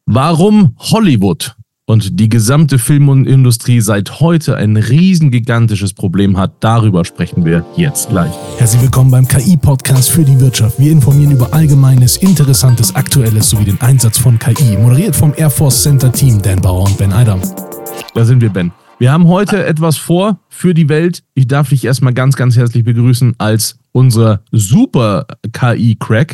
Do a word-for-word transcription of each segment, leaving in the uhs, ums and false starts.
Warum Hollywood und die gesamte Filmindustrie seit heute ein riesengigantisches Problem hat, darüber sprechen wir jetzt gleich. Herzlich willkommen beim K I-Podcast für die Wirtschaft. Wir informieren über Allgemeines, Interessantes, Aktuelles sowie den Einsatz von K I. Moderiert vom Air Force Center Team Dan Bauer und Ben Eidam. Da sind wir, Ben. Wir haben heute etwas vor für die Welt. Ich darf dich erstmal ganz, ganz herzlich begrüßen als unser super K I-Crack.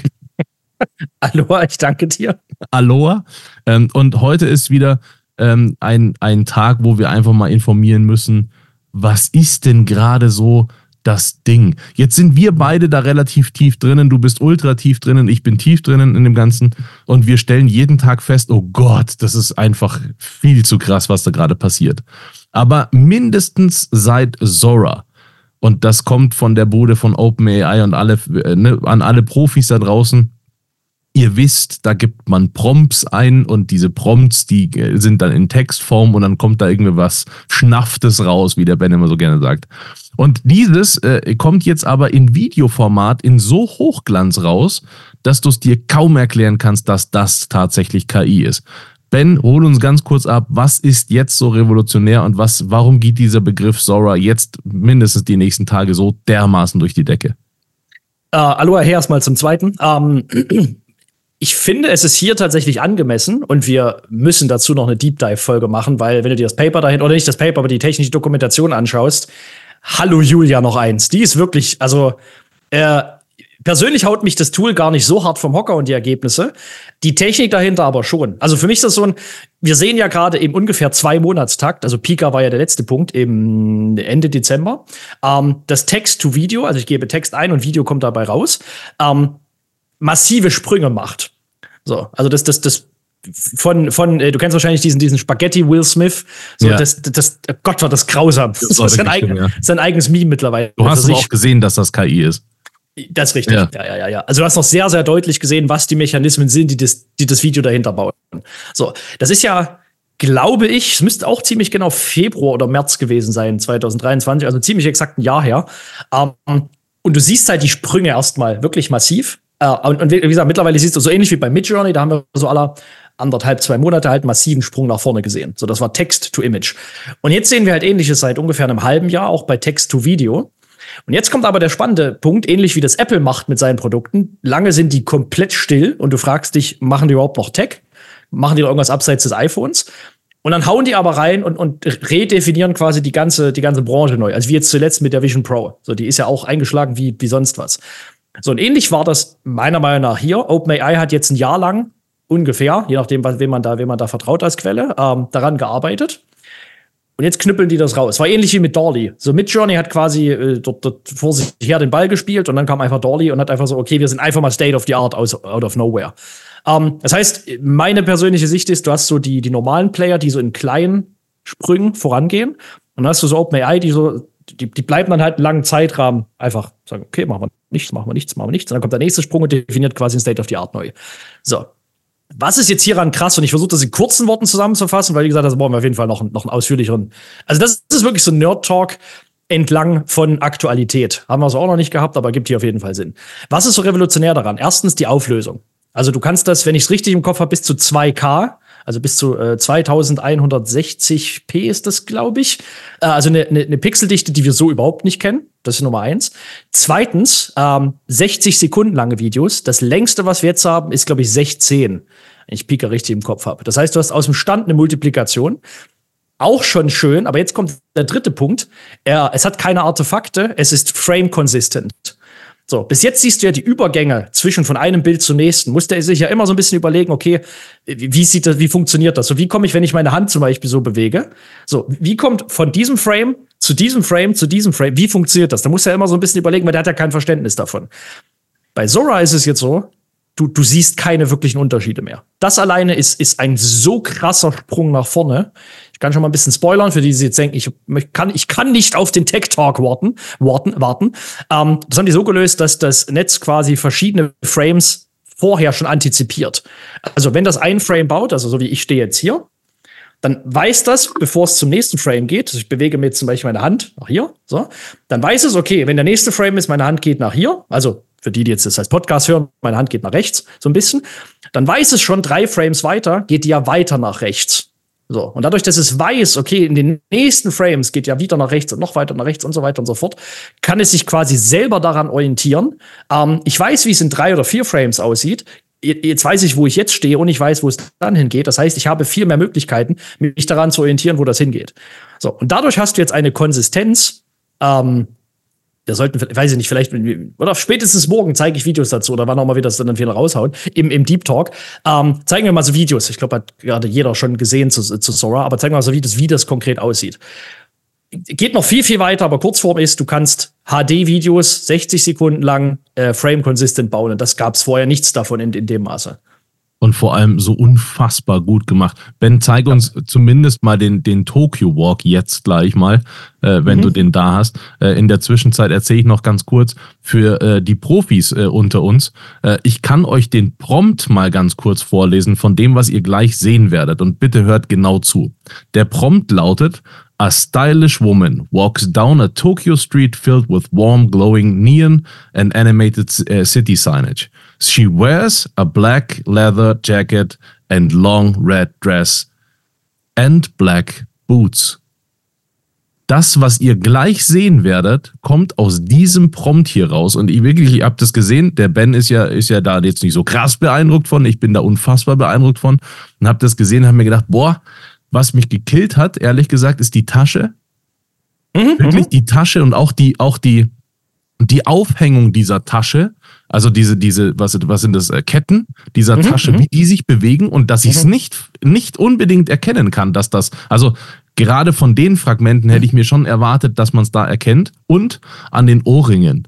Aloha, ich danke dir. Aloha. Ähm, und heute ist wieder ähm, ein, ein Tag, wo wir einfach mal informieren müssen, was ist denn gerade so das Ding? Jetzt sind wir beide da relativ tief drinnen. Du bist ultra tief drinnen, ich bin tief drinnen in dem Ganzen. Und wir stellen jeden Tag fest, oh Gott, das ist einfach viel zu krass, was da gerade passiert. Aber mindestens seit Zora, und das kommt von der Bude von OpenAI und alle, ne, an alle Profis da draußen, ihr wisst, da gibt man Prompts ein und diese Prompts, die sind dann in Textform und dann kommt da irgendwie was Schnafftes raus, wie der Ben immer so gerne sagt. Und dieses äh, kommt jetzt aber in Videoformat in so Hochglanz raus, dass du es dir kaum erklären kannst, dass das tatsächlich K I ist. Ben, hol uns ganz kurz ab, was ist jetzt so revolutionär und was, warum geht dieser Begriff Zora jetzt mindestens die nächsten Tage so dermaßen durch die Decke? Uh, Aloha, erstmal zum Zweiten. Um Ich finde, es ist hier tatsächlich angemessen und wir müssen dazu noch eine Deep Dive-Folge machen, weil wenn du dir das Paper dahin, oder nicht das Paper, aber die technische Dokumentation anschaust, hallo Julia noch eins. Die ist wirklich, also äh, persönlich haut mich das Tool gar nicht so hart vom Hocker und die Ergebnisse. Die Technik dahinter aber schon. Also für mich ist das so ein, wir sehen ja gerade im ungefähr zwei Monatstakt, also Pika war ja der letzte Punkt im Ende Dezember, ähm, das Text-to-Video, also ich gebe Text ein und Video kommt dabei raus, ähm, massive Sprünge macht. So, also das, das, das von, von, äh, du kennst wahrscheinlich diesen, diesen Spaghetti Will Smith. So, ja. das, das, oh Gott, war das grausam. Das, das ist sein, eigen, schlimm, ja. sein eigenes Meme mittlerweile. Du hast also auch gesehen, dass das K I ist. Das ist richtig. Ja. ja, ja, ja, ja. Also du hast noch sehr, sehr deutlich gesehen, was die Mechanismen sind, die das, die das Video dahinter bauen. So, das ist ja, glaube ich, es müsste auch ziemlich genau Februar oder März gewesen sein, zwanzig dreiundzwanzig, also ziemlich exakt ein Jahr her. Um, und du siehst halt die Sprünge erstmal wirklich massiv. Uh, und, und wie gesagt, mittlerweile siehst du so ähnlich wie bei Midjourney, da haben wir so alle anderthalb, zwei Monate halt massiven Sprung nach vorne gesehen. So, das war Text to Image. Und jetzt sehen wir halt Ähnliches seit ungefähr einem halben Jahr, auch bei Text to Video. Und jetzt kommt aber der spannende Punkt, ähnlich wie das Apple macht mit seinen Produkten. Lange sind die komplett still und du fragst dich, machen die überhaupt noch Tech? Machen die noch irgendwas abseits des iPhones? Und dann hauen die aber rein und, und redefinieren quasi die ganze, die ganze Branche neu. Also wie jetzt zuletzt mit der Vision Pro. So, die ist ja auch eingeschlagen wie, wie sonst was. So, und ähnlich war das meiner Meinung nach hier. OpenAI hat jetzt ein Jahr lang ungefähr, je nachdem, wem man da, wem man da vertraut als Quelle, ähm, daran gearbeitet. Und jetzt knüppeln die das raus. War ähnlich wie mit DALL-E. So, Midjourney hat quasi äh, dort, dort vor sich her den Ball gespielt und dann kam einfach DALL-E und hat einfach so, okay, wir sind einfach mal State of the Art aus, out of nowhere. Ähm, das heißt, meine persönliche Sicht ist, du hast so die, die normalen Player, die so in kleinen Sprüngen vorangehen. Und dann hast du so OpenAI, die so Die, die bleiben dann halt einen langen Zeitrahmen einfach sagen, okay, machen wir nichts, machen wir nichts, machen wir nichts. Und dann kommt der nächste Sprung und definiert quasi ein State of the Art neu. So. Was ist jetzt hieran krass? Und ich versuche das in kurzen Worten zusammenzufassen, weil, wie gesagt, das brauchen wir auf jeden Fall noch, noch einen ausführlicheren. Also, das ist wirklich so ein Nerd-Talk entlang von Aktualität. Haben wir es auch noch nicht gehabt, aber gibt hier auf jeden Fall Sinn. Was ist so revolutionär daran? Erstens die Auflösung. Also, du kannst das, wenn ich es richtig im Kopf habe, bis zu zwei K. Also bis zu äh, zweitausendeinhundertsechzig p ist das, glaube ich. Äh, also eine, eine, eine Pixeldichte, die wir so überhaupt nicht kennen. Das ist Nummer eins. Zweitens, ähm, sechzig Sekunden lange Videos. Das längste, was wir jetzt haben, ist, glaube ich, sechzehn. Wenn ich Pika richtig im Kopf habe. Das heißt, du hast aus dem Stand eine Multiplikation. Auch schon schön, aber jetzt kommt der dritte Punkt. Er, es hat keine Artefakte, es ist frame-consistent. So, bis jetzt siehst du ja die Übergänge zwischen von einem Bild zum nächsten. Musste er sich ja immer so ein bisschen überlegen, okay, wie sieht das, wie funktioniert das? So, wie komme ich, wenn ich meine Hand zum Beispiel so bewege? So, wie kommt von diesem Frame zu diesem Frame zu diesem Frame? Wie funktioniert das? Da muss er immer so ein bisschen überlegen, weil der hat ja kein Verständnis davon. Bei Zora ist es jetzt so, du, du siehst keine wirklichen Unterschiede mehr. Das alleine ist, ist ein so krasser Sprung nach vorne. Ich kann schon mal ein bisschen spoilern, für die, die jetzt denken, ich kann, ich kann nicht auf den Tech-Talk warten. warten, warten. Ähm, das haben die so gelöst, dass das Netz quasi verschiedene Frames vorher schon antizipiert. Also wenn das ein Frame baut, also so wie ich stehe jetzt hier, dann weiß das, bevor es zum nächsten Frame geht, also ich bewege mir jetzt zum Beispiel meine Hand nach hier, so, dann weiß es, okay, wenn der nächste Frame ist, meine Hand geht nach hier, also für die, die jetzt das als Podcast hören, meine Hand geht nach rechts, so ein bisschen, dann weiß es schon, drei Frames weiter, geht die ja weiter nach rechts. So. Und dadurch, dass es weiß, okay, in den nächsten Frames geht ja wieder nach rechts und noch weiter nach rechts und so weiter und so fort, kann es sich quasi selber daran orientieren. Ähm, ich weiß, wie es in drei oder vier Frames aussieht. Jetzt weiß ich, wo ich jetzt stehe und ich weiß, wo es dann hingeht. Das heißt, ich habe viel mehr Möglichkeiten, mich daran zu orientieren, wo das hingeht. So. Und dadurch hast du jetzt eine Konsistenz, ähm, wir sollten, weiß ich nicht, vielleicht, oder spätestens morgen zeige ich Videos dazu, oder wann auch mal wir das dann wieder raushauen, im, im Deep Talk. Ähm, zeigen wir mal so Videos. Ich glaube, hat gerade jeder schon gesehen zu, zu Sora, aber zeigen wir mal so Videos, wie das konkret aussieht. Geht noch viel, viel weiter, aber Kurzform ist, du kannst H D-Videos sechzig Sekunden lang äh, frame-consistent bauen. Und das gab es vorher nichts davon in, in dem Maße. Und vor allem so unfassbar gut gemacht. Ben, zeig uns ja. zumindest mal den, den Tokyo Walk jetzt gleich mal, äh, wenn mhm. du den da hast. Äh, in der Zwischenzeit erzähle ich noch ganz kurz für äh, die Profis äh, unter uns. Äh, ich kann euch den Prompt mal ganz kurz vorlesen von dem, was ihr gleich sehen werdet. Und bitte hört genau zu. Der Prompt lautet: A stylish woman walks down a Tokyo street filled with warm, glowing neon and animated uh, city signage. She wears a black leather jacket and long red dress and black boots. Das, was ihr gleich sehen werdet, kommt aus diesem Prompt hier raus. Und ich wirklich, ihr habt es gesehen, der Ben ist ja, ist ja da jetzt nicht so krass beeindruckt von. Ich bin da unfassbar beeindruckt von. Und hab das gesehen und hab mir gedacht, boah, was mich gekillt hat, ehrlich gesagt, ist die Tasche. Mhm, wirklich die Tasche und auch die, auch die, die Aufhängung dieser Tasche. Also diese, diese, was, was sind das, Ketten dieser mhm, Tasche, wie die sich bewegen und dass ich es mhm. nicht, nicht unbedingt erkennen kann, dass das, also gerade von den Fragmenten hätte ich mir schon erwartet, dass man es da erkennt und an den Ohrringen.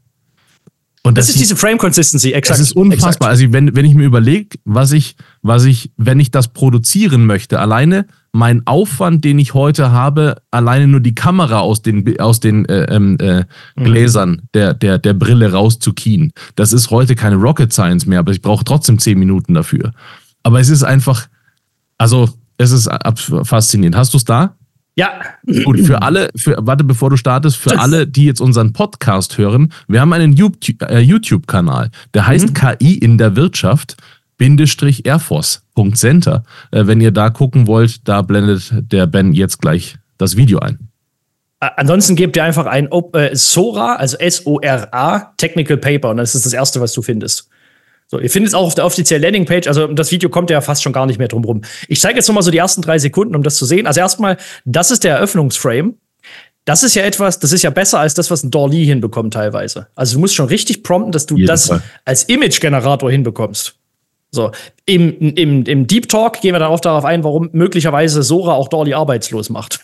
Und das, das ist diese Frame-Consistency, exakt. Das ist unfassbar. Exakt. Also wenn, wenn ich mir überlege, was ich, was ich, wenn ich das produzieren möchte, alleine mein Aufwand, den ich heute habe, alleine nur die Kamera aus den, aus den äh, äh, Gläsern der, der, der Brille rauszukien, das ist heute keine Rocket Science mehr, aber ich brauche trotzdem zehn Minuten dafür. Aber es ist einfach, also es ist faszinierend. Hast du es da? Ja. Gut, für alle, für, warte, bevor du startest, für alle, die jetzt unseren Podcast hören, wir haben einen YouTube-Kanal, der heißt mhm. K I in der Wirtschaft, Bindestrich Airforce Punkt Center. Äh, wenn ihr da gucken wollt, da blendet der Ben jetzt gleich das Video ein. Ansonsten gebt ihr einfach ein äh, Sora, also S O R A, Technical Paper, und das ist das Erste, was du findest. So, ihr findet es auch auf der offiziellen Landingpage, also das Video kommt ja fast schon gar nicht mehr drum rum. Ich zeige jetzt noch mal so die ersten drei Sekunden, um das zu sehen. Also erstmal, das ist der Eröffnungsframe. Das ist ja etwas, das ist ja besser als das, was ein Door-Lee hinbekommt teilweise. Also du musst schon richtig prompten, dass du das Fall. als Image-Generator hinbekommst. So, im, im, im Deep Talk gehen wir darauf, darauf ein, warum möglicherweise Sora auch Door-Lee arbeitslos macht.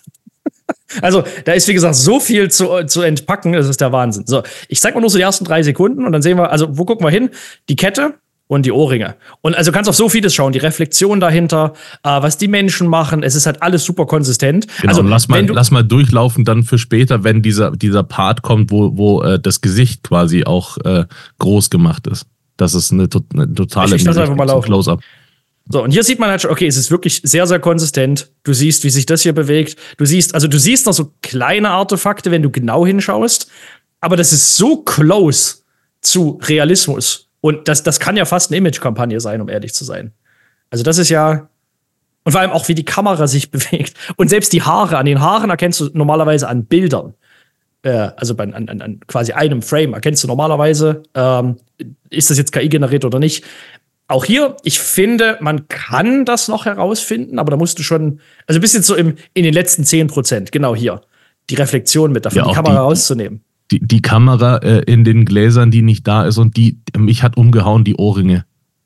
Also, da ist, wie gesagt, so viel zu, zu entpacken, das ist der Wahnsinn. So, ich zeig mal nur so die ersten drei Sekunden und dann sehen wir, also, wo gucken wir hin? Die Kette und die Ohrringe. Und also kannst auf so vieles schauen, die Reflexion dahinter, äh, was die Menschen machen, es ist halt alles super konsistent. Genau, also, lass mal, lass mal durchlaufen dann für später, wenn dieser, dieser Part kommt, wo, wo äh, das Gesicht quasi auch äh, groß gemacht ist. Das ist eine, eine totale ich, ich einfach mal Close-Up. So, und hier sieht man halt schon, okay, es ist wirklich sehr, sehr konsistent. Du siehst, wie sich das hier bewegt. Du siehst, also du siehst noch so kleine Artefakte, wenn du genau hinschaust. Aber das ist so close zu Realismus. Und das, das kann ja fast eine Image-Kampagne sein, um ehrlich zu sein. Also das ist ja, und vor allem auch, wie die Kamera sich bewegt. Und selbst die Haare, an den Haaren erkennst du normalerweise an Bildern. Äh, also bei, an, an, an quasi einem Frame erkennst du normalerweise, ähm, ist das jetzt K I generiert oder nicht. Auch hier, ich finde, man kann das noch herausfinden, aber da musst du schon, also bis jetzt so im, in den letzten zehn Prozent, genau hier, die Reflexion mit davon, ja, die Kamera die, rauszunehmen. Die, die Kamera äh, in den Gläsern, die nicht da ist und die, mich hat umgehauen, die Ohrringe.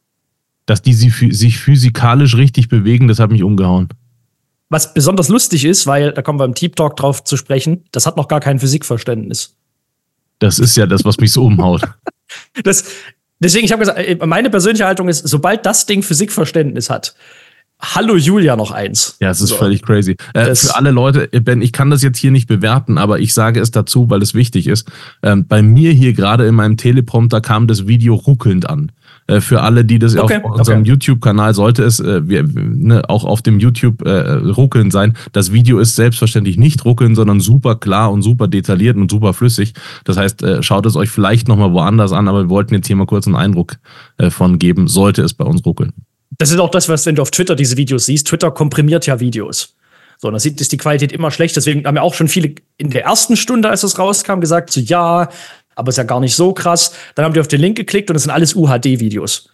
Dass die sie, sich physikalisch richtig bewegen, das hat mich umgehauen. Was besonders lustig ist, weil, da kommen wir im Deep Talk drauf zu sprechen, das hat noch gar kein Physikverständnis. Das ist ja das, was mich so umhaut. das Deswegen, ich habe gesagt, meine persönliche Haltung ist, sobald das Ding Physikverständnis hat, hallo Julia noch eins. Ja, es ist so völlig crazy. Äh, für alle Leute, Ben, ich kann das jetzt hier nicht bewerten, aber ich sage es dazu, weil es wichtig ist. Ähm, bei mir hier gerade in meinem Teleprompter kam das Video ruckelnd an. Äh, für alle, die das okay, auf unserem okay. YouTube-Kanal sollte es äh, wir, ne, auch auf dem YouTube äh, ruckeln sein. Das Video ist selbstverständlich nicht ruckeln, sondern super klar und super detailliert und super flüssig. Das heißt, äh, schaut es euch vielleicht nochmal woanders an, aber wir wollten jetzt hier mal kurz einen Eindruck äh, von geben, sollte es bei uns ruckeln. Das ist auch das, was, wenn du auf Twitter diese Videos siehst. Twitter komprimiert ja Videos. So, und da sieht ist die Qualität immer schlecht. Deswegen haben ja auch schon viele in der ersten Stunde, als es rauskam, gesagt, so ja, aber ist ja gar nicht so krass. Dann haben die auf den Link geklickt und es sind alles U H D-Videos.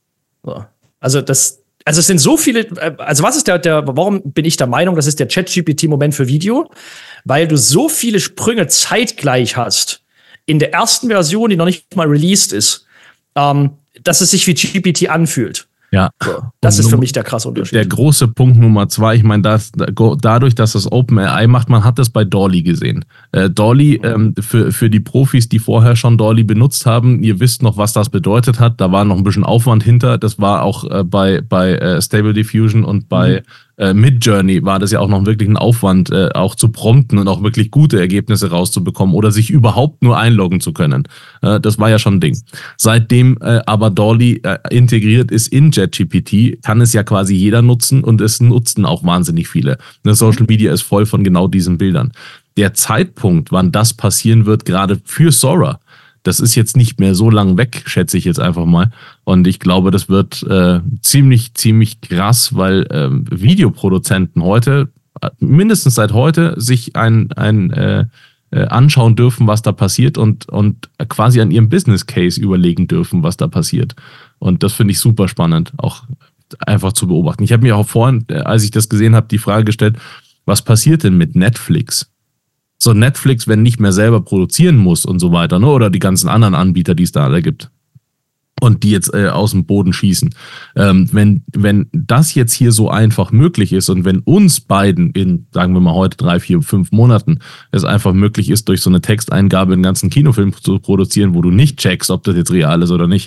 So. Also das, also es sind so viele, also was ist der, der, warum bin ich der Meinung, das ist der ChatGPT-Moment für Video? Weil du so viele Sprünge zeitgleich hast in der ersten Version, die noch nicht mal released ist, ähm, dass es sich wie G P T anfühlt. Ja. So, das ist für mich der krasse Unterschied. Der große Punkt Nummer zwei, ich meine, das, dadurch, dass das OpenAI macht, man hat das bei Dolly gesehen. Äh, Dolly, ähm, für, für die Profis, die vorher schon Dolly benutzt haben, ihr wisst noch, was das bedeutet hat. Da war noch ein bisschen Aufwand hinter. Das war auch äh, bei, bei äh, Stable Diffusion und bei mhm. äh, Midjourney war das ja auch noch wirklich ein Aufwand, äh, auch zu prompten und auch wirklich gute Ergebnisse rauszubekommen oder sich überhaupt nur einloggen zu können. Äh, das war ja schon ein Ding. Seitdem äh, aber Dolly äh, integriert ist in ChatGPT, kann es ja quasi jeder nutzen und es nutzen auch wahnsinnig viele. Ne, Social Media ist voll von genau diesen Bildern. Der Zeitpunkt, wann das passieren wird, gerade für Sora, das ist jetzt nicht mehr so lang weg, schätze ich jetzt einfach mal. Und ich glaube, das wird äh, ziemlich, ziemlich krass, weil äh, Videoproduzenten heute, mindestens seit heute, sich ein, ein äh, äh, anschauen dürfen, was da passiert und, und quasi an ihrem Business Case überlegen dürfen, was da passiert. Und das finde ich super spannend, auch einfach zu beobachten. Ich habe mir auch vorhin, als ich das gesehen habe, die Frage gestellt, was passiert denn mit Netflix? So Netflix, wenn nicht mehr selber produzieren muss und so weiter, ne? Oder die ganzen anderen Anbieter, die es da alle gibt und die jetzt äh, aus dem Boden schießen. Ähm, wenn, wenn das jetzt hier so einfach möglich ist und wenn uns beiden in, sagen wir mal heute, drei, vier, fünf Monaten es einfach möglich ist, durch so eine Texteingabe einen ganzen Kinofilm zu produzieren, wo du nicht checkst, ob das jetzt real ist oder nicht,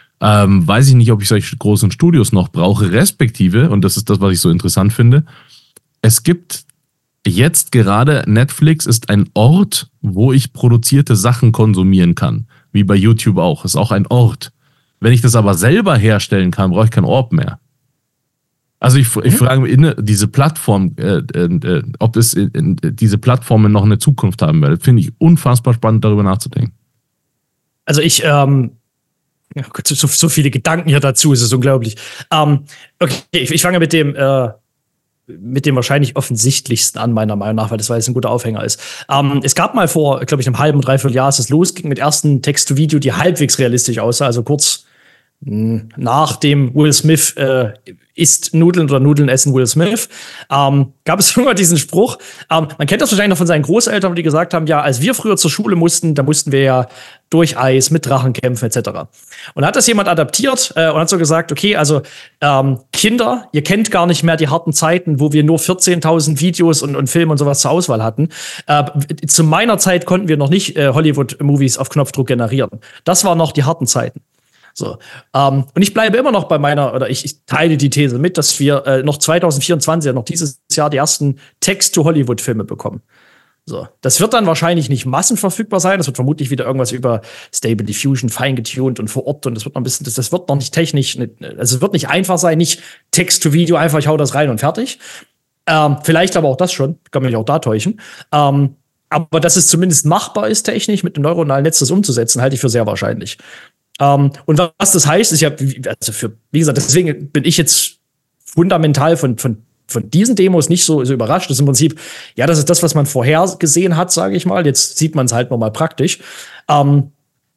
ähm, weiß ich nicht, ob ich solche großen Studios noch brauche, respektive, und das ist das, was ich so interessant finde, es gibt jetzt gerade, Netflix ist ein Ort, wo ich produzierte Sachen konsumieren kann. Wie bei YouTube auch. Ist auch ein Ort. Wenn ich das aber selber herstellen kann, brauche ich keinen Ort mehr. Also ich, ich frage mich, diese Plattform, äh, äh, ob es äh, diese Plattformen noch eine Zukunft haben wird, finde ich unfassbar spannend, darüber nachzudenken. Also ich, ähm, oh Gott, so, so viele Gedanken hier dazu, es ist unglaublich. Ähm, okay, ich, ich fange mit dem äh, mit dem wahrscheinlich offensichtlichsten an, meiner Meinung nach, weil das, weil es ein guter Aufhänger ist. Ähm, es gab mal vor, glaube ich, einem halben, dreiviertel Jahr, als es losging, mit ersten Text-to-Video, die halbwegs realistisch aussah, also kurz mh, nach dem Will Smith äh, isst Nudeln oder Nudeln essen Will Smith, ähm, gab es immer diesen Spruch. Ähm, man kennt das wahrscheinlich noch von seinen Großeltern, die gesagt haben, ja, als wir früher zur Schule mussten, da mussten wir ja durch Eis, mit Drachen kämpfen, et cetera. Und da hat das jemand adaptiert äh, und hat so gesagt, okay, also ähm, Kinder, ihr kennt gar nicht mehr die harten Zeiten, wo wir nur vierzehntausend Videos und, und Filme und sowas zur Auswahl hatten. Äh, zu meiner Zeit konnten wir noch nicht äh, Hollywood-Movies auf Knopfdruck generieren. Das waren noch die harten Zeiten. So, ähm, und ich bleibe immer noch bei meiner, oder ich, ich teile die These mit, dass wir äh, noch zwanzig vierundzwanzig, noch dieses Jahr, die ersten Text-to-Hollywood-Filme bekommen. So, das wird dann wahrscheinlich nicht massenverfügbar sein. Das wird vermutlich wieder irgendwas über Stable Diffusion, feingetuned und vor Ort. Und das wird noch ein bisschen, das, das wird noch nicht technisch, also es wird nicht einfach sein, nicht Text-to-Video, einfach ich hau das rein und fertig. Ähm, vielleicht aber auch das schon, kann mich auch da täuschen. Ähm, aber dass es zumindest machbar ist, technisch mit einem neuronalen Netz das umzusetzen, halte ich für sehr wahrscheinlich. Um, und was das heißt, ist ja, also für, wie gesagt, deswegen bin ich jetzt fundamental von, von, von diesen Demos nicht so, so überrascht. Das ist im Prinzip, ja, das ist das, was man vorher gesehen hat, sage ich mal. Jetzt sieht man es halt nochmal praktisch. Um,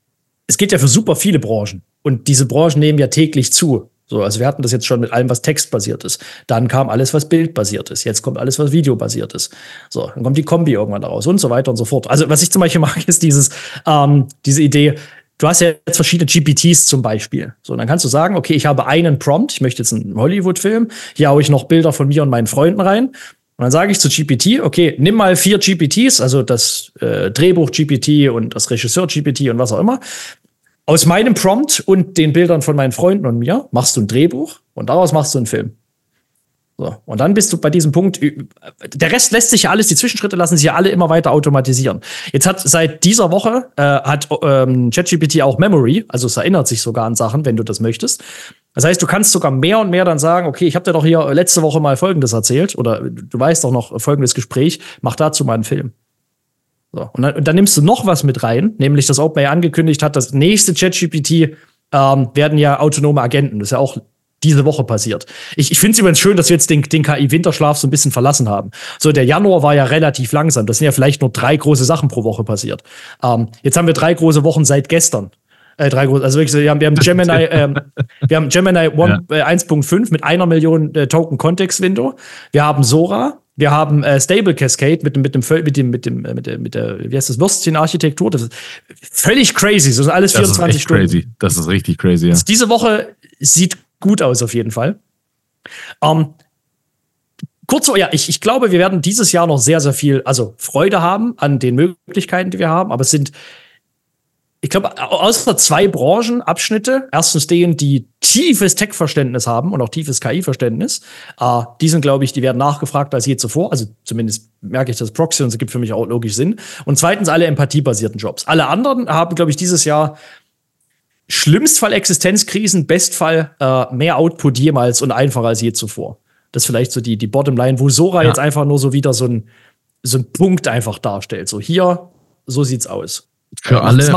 es geht ja für super viele Branchen. Und diese Branchen nehmen ja täglich zu. So, also wir hatten das jetzt schon mit allem, was textbasiert ist. Dann kam alles, was bildbasiert ist. Jetzt kommt alles, was videobasiert ist. So, dann kommt die Kombi irgendwann daraus und so weiter und so fort. Also was ich zum Beispiel mag, ist dieses, ähm, diese Idee, du hast ja jetzt verschiedene G P Ts zum Beispiel. So, dann kannst du sagen, okay, ich habe einen Prompt, ich möchte jetzt einen Hollywood-Film, hier haue ich noch Bilder von mir und meinen Freunden rein. Und dann sage ich zu G P T, okay, nimm mal vier G P Ts, also das äh, Drehbuch-G P T und das Regisseur-G P T und was auch immer. Aus meinem Prompt und den Bildern von meinen Freunden und mir machst du ein Drehbuch und daraus machst du einen Film. So. Und dann bist du bei diesem Punkt, der Rest lässt sich ja alles, die Zwischenschritte lassen sich ja alle immer weiter automatisieren. Jetzt hat seit dieser Woche äh, hat ähm, ChatGPT auch Memory, also es erinnert sich sogar an Sachen, wenn du das möchtest. Das heißt, du kannst sogar mehr und mehr dann sagen, okay, ich habe dir doch hier letzte Woche mal Folgendes erzählt oder du weißt doch noch folgendes Gespräch, mach dazu mal einen Film. So. Und, dann, und dann nimmst du noch was mit rein, nämlich dass OpenAI angekündigt hat, das nächste ChatGPT ähm, werden ja autonome Agenten. Das ist ja auch diese Woche passiert. Ich, ich finde es übrigens schön, dass wir jetzt den, den K I-Winterschlaf so ein bisschen verlassen haben. So, der Januar war ja relativ langsam. Das sind ja vielleicht nur drei große Sachen pro Woche passiert. Ähm, jetzt haben wir drei große Wochen seit gestern. Äh, drei große, also wirklich, wir haben, wir haben Gemini, ähm, wir haben Gemini ja. äh, eins Punkt fünf mit einer Million äh, Token Context Window. Wir haben Sora. Wir haben äh, Stable Cascade mit dem, mit dem, mit dem, mit dem, mit der, mit der, wie heißt das, Würstchen-Architektur. Das ist völlig crazy. Das sind alles vierundzwanzig das ist Stunden. Crazy. Das ist richtig crazy, ja. Also diese Woche sieht gut aus, auf jeden Fall. Ähm, kurz so, ja, ich, ich glaube, wir werden dieses Jahr noch sehr, sehr viel, also Freude haben an den Möglichkeiten, die wir haben, aber es sind, ich glaube, außer zwei Branchenabschnitte, erstens denen, die tiefes Tech-Verständnis haben und auch tiefes K I-Verständnis, äh, die sind, glaube ich, die werden nachgefragt als je zuvor, also zumindest merke ich, dass Proxy und es gibt für mich auch logisch Sinn. Und zweitens alle empathiebasierten Jobs. Alle anderen haben, glaube ich, dieses Jahr Schlimmstfall Existenzkrisen, Bestfall äh, mehr Output jemals und einfacher als je zuvor. Das ist vielleicht so die, die Bottomline, wo Sora ja. jetzt einfach nur so wieder so ein, so ein Punkt einfach darstellt. So hier, so sieht's aus. Für äh, alle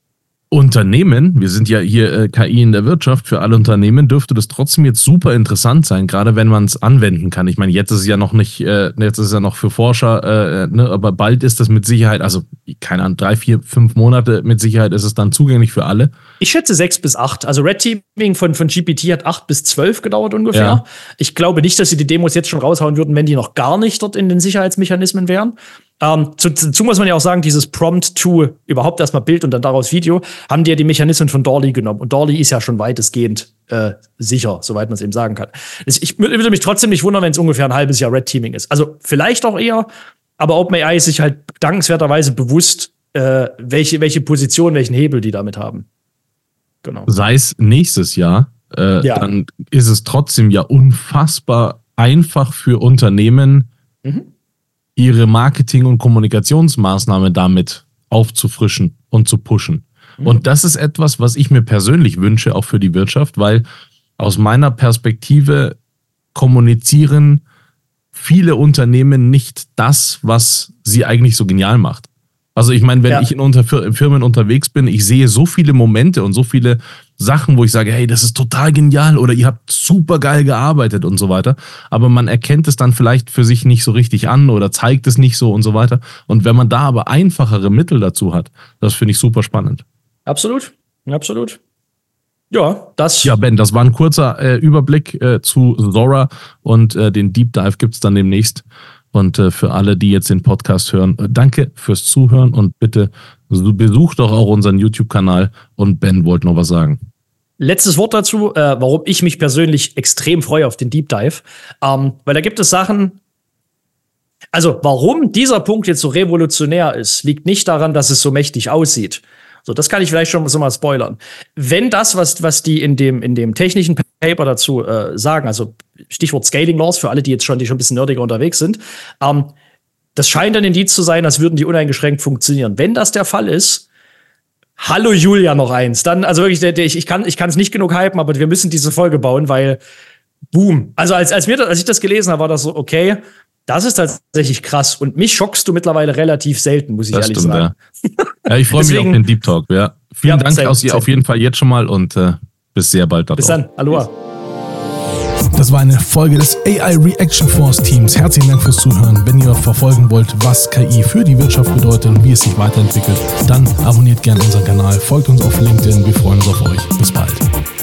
Unternehmen, wir sind ja hier äh, K I in der Wirtschaft, für alle Unternehmen dürfte das trotzdem jetzt super interessant sein, gerade wenn man es anwenden kann. Ich meine, jetzt ist es ja noch nicht, äh, jetzt ist es ja noch für Forscher, äh, ne, aber bald ist das mit Sicherheit, also keine Ahnung, drei, vier, fünf Monate mit Sicherheit ist es dann zugänglich für alle. Ich schätze sechs bis acht. Also Red Teaming von, von G P T hat acht bis zwölf gedauert ungefähr. Ja. Ich glaube nicht, dass sie die Demos jetzt schon raushauen würden, wenn die noch gar nicht dort in den Sicherheitsmechanismen wären. Ähm, dazu muss man ja auch sagen, dieses Prompt-to, überhaupt erstmal Bild und dann daraus Video, haben die ja die Mechanismen von D A L L-E genommen. Und D A L L-E ist ja schon weitestgehend äh, sicher, soweit man es eben sagen kann. Ich würde mich trotzdem nicht wundern, wenn es ungefähr ein halbes Jahr Red Teaming ist. Also vielleicht auch eher, aber OpenAI ist sich halt dankenswerterweise bewusst, äh, welche, welche Position, welchen Hebel die damit haben. Genau. Sei es nächstes Jahr, äh, ja. dann ist es trotzdem ja unfassbar einfach für Unternehmen, mhm. ihre Marketing- und Kommunikationsmaßnahmen damit aufzufrischen und zu pushen. Mhm. Und das ist etwas, was ich mir persönlich wünsche, auch für die Wirtschaft, weil aus meiner Perspektive kommunizieren viele Unternehmen nicht das, was sie eigentlich so genial macht. Also ich meine, wenn ja. ich in unter Firmen unterwegs bin, ich sehe so viele Momente und so viele Sachen, wo ich sage, hey, das ist total genial oder ihr habt super geil gearbeitet und so weiter. Aber man erkennt es dann vielleicht für sich nicht so richtig an oder zeigt es nicht so und so weiter. Und wenn man da aber einfachere Mittel dazu hat, das finde ich super spannend. Absolut, absolut. Ja, das. Ja, Ben, das war ein kurzer äh, Überblick äh, zu Sora und äh, den Deep Dive gibt es dann demnächst. Und äh, für alle, die jetzt den Podcast hören, äh, danke fürs Zuhören und bitte besucht doch auch unseren YouTube-Kanal. Und Ben wollte noch was sagen. Letztes Wort dazu, äh, warum ich mich persönlich extrem freue auf den Deep Dive. Ähm, weil da gibt es Sachen, also warum dieser Punkt jetzt so revolutionär ist, liegt nicht daran, dass es so mächtig aussieht. So, das kann ich vielleicht schon so mal spoilern. Wenn das, was, was die in dem, in dem technischen Paper dazu äh, sagen, also Stichwort Scaling Laws für alle, die jetzt schon, die schon ein bisschen nerdiger unterwegs sind, ähm, das scheint ein Indiz zu sein, als würden die uneingeschränkt funktionieren. Wenn das der Fall ist, hallo Julia noch eins. Dann, also wirklich, der, der, ich, ich kann ich kann es nicht genug hypen, aber wir müssen diese Folge bauen, weil boom. Also als, als, mir, als ich das gelesen habe, war das so, okay, das ist tatsächlich krass. Und mich schockst du mittlerweile relativ selten, muss ich das ehrlich stimmt, sagen. Ja, ja ich freue mich auf den Deep Talk. Ja. Vielen ja, Dank aus dir auf jeden Fall jetzt schon mal und äh, bis sehr bald. Bis dann. Aloha. Das war eine Folge des A I Reaction Force Teams. Herzlichen Dank fürs Zuhören. Wenn ihr verfolgen wollt, was K I für die Wirtschaft bedeutet und wie es sich weiterentwickelt, dann abonniert gerne unseren Kanal, folgt uns auf LinkedIn. Wir freuen uns auf euch. Bis bald.